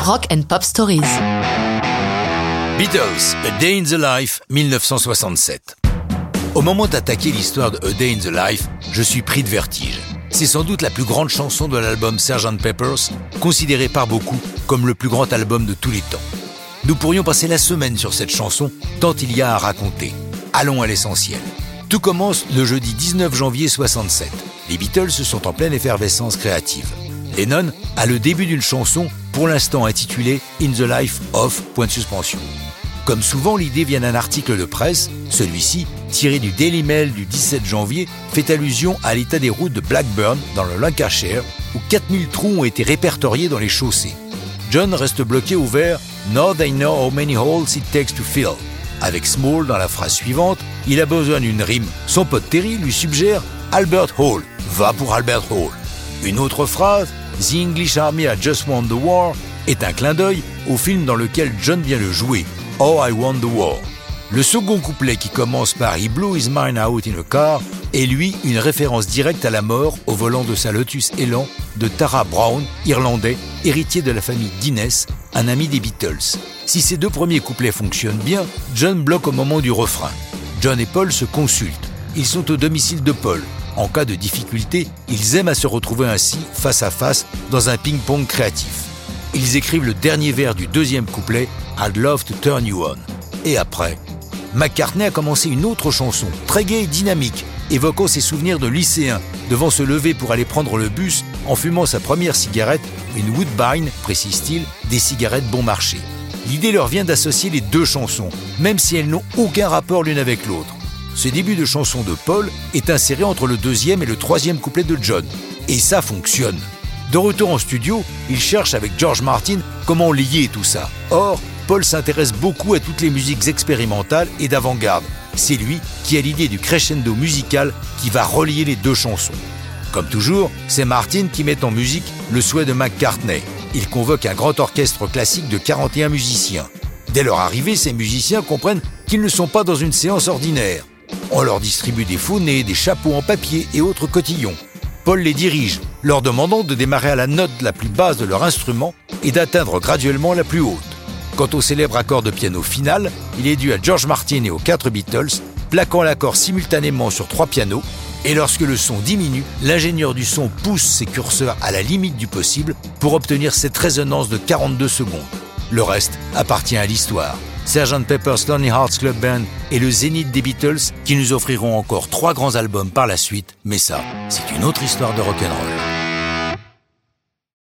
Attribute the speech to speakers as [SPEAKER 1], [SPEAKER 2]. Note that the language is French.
[SPEAKER 1] Rock and Pop Stories.
[SPEAKER 2] Beatles, A Day in the Life, 1967. Au moment d'attaquer l'histoire de A Day in the Life, je suis pris de vertige. C'est sans doute la plus grande chanson de l'album Sgt. Pepper's, considéré par beaucoup comme le plus grand album de tous les temps. Nous pourrions passer la semaine sur cette chanson, tant il y a à raconter. Allons à l'essentiel. Tout commence le jeudi 19 janvier 67. Les Beatles sont en pleine effervescence créative. Lennon a le début d'une chanson, pour l'instant intitulée « In the Life of ». Comme souvent, l'idée vient d'un article de presse. Celui-ci, tiré du Daily Mail du 17 janvier, fait allusion à l'état des routes de Blackburn, dans le Lancashire, où 4000 trous ont été répertoriés dans les chaussées. John reste bloqué au vers « Now they know how many holes it takes to fill ». Avec Small dans la phrase suivante, il a besoin d'une rime. Son pote Terry lui suggère « Albert Hall ». Va pour Albert Hall. Une autre phrase « The English Army I Just Won the War » est un clin d'œil au film dans lequel John vient le jouer. Oh, I Won the War. Le second couplet qui commence par He blew his mind out in a car est lui une référence directe à la mort au volant de sa Lotus Elan de Tara Brown, irlandais, héritier de la famille Guinness, un ami des Beatles. Si ces deux premiers couplets fonctionnent bien, John bloque au moment du refrain. John et Paul se consultent. Ils sont au domicile de Paul. En cas de difficulté, ils aiment à se retrouver ainsi, face à face, dans un ping-pong créatif. Ils écrivent le dernier vers du deuxième couplet, I'd love to turn you on. Et après, McCartney a commencé une autre chanson, très gaie et dynamique, évoquant ses souvenirs de lycéen, devant se lever pour aller prendre le bus en fumant sa première cigarette, une Woodbine, précise-t-il, des cigarettes bon marché. L'idée leur vient d'associer les deux chansons, même si elles n'ont aucun rapport l'une avec l'autre. Ce début de chanson de Paul est inséré entre le deuxième et le troisième couplet de John. Et ça fonctionne. De retour en studio, il cherche avec George Martin comment lier tout ça. Or, Paul s'intéresse beaucoup à toutes les musiques expérimentales et d'avant-garde. C'est lui qui a l'idée du crescendo musical qui va relier les deux chansons. Comme toujours, c'est Martin qui met en musique le souhait de McCartney. Il convoque un grand orchestre classique de 41 musiciens. Dès leur arrivée, ces musiciens comprennent qu'ils ne sont pas dans une séance ordinaire. On leur distribue des faux nez, des chapeaux en papier et autres cotillons. Paul les dirige, leur demandant de démarrer à la note la plus basse de leur instrument et d'atteindre graduellement la plus haute. Quant au célèbre accord de piano final, il est dû à George Martin et aux 4 Beatles, plaquant l'accord simultanément sur 3 pianos, et lorsque le son diminue, l'ingénieur du son pousse ses curseurs à la limite du possible pour obtenir cette résonance de 42 secondes. Le reste appartient à l'histoire. Sgt. Pepper's Lonely Hearts Club Band et le zénith des Beatles qui nous offriront encore 3 grands albums par la suite, mais ça, c'est une autre histoire de rock'n'roll.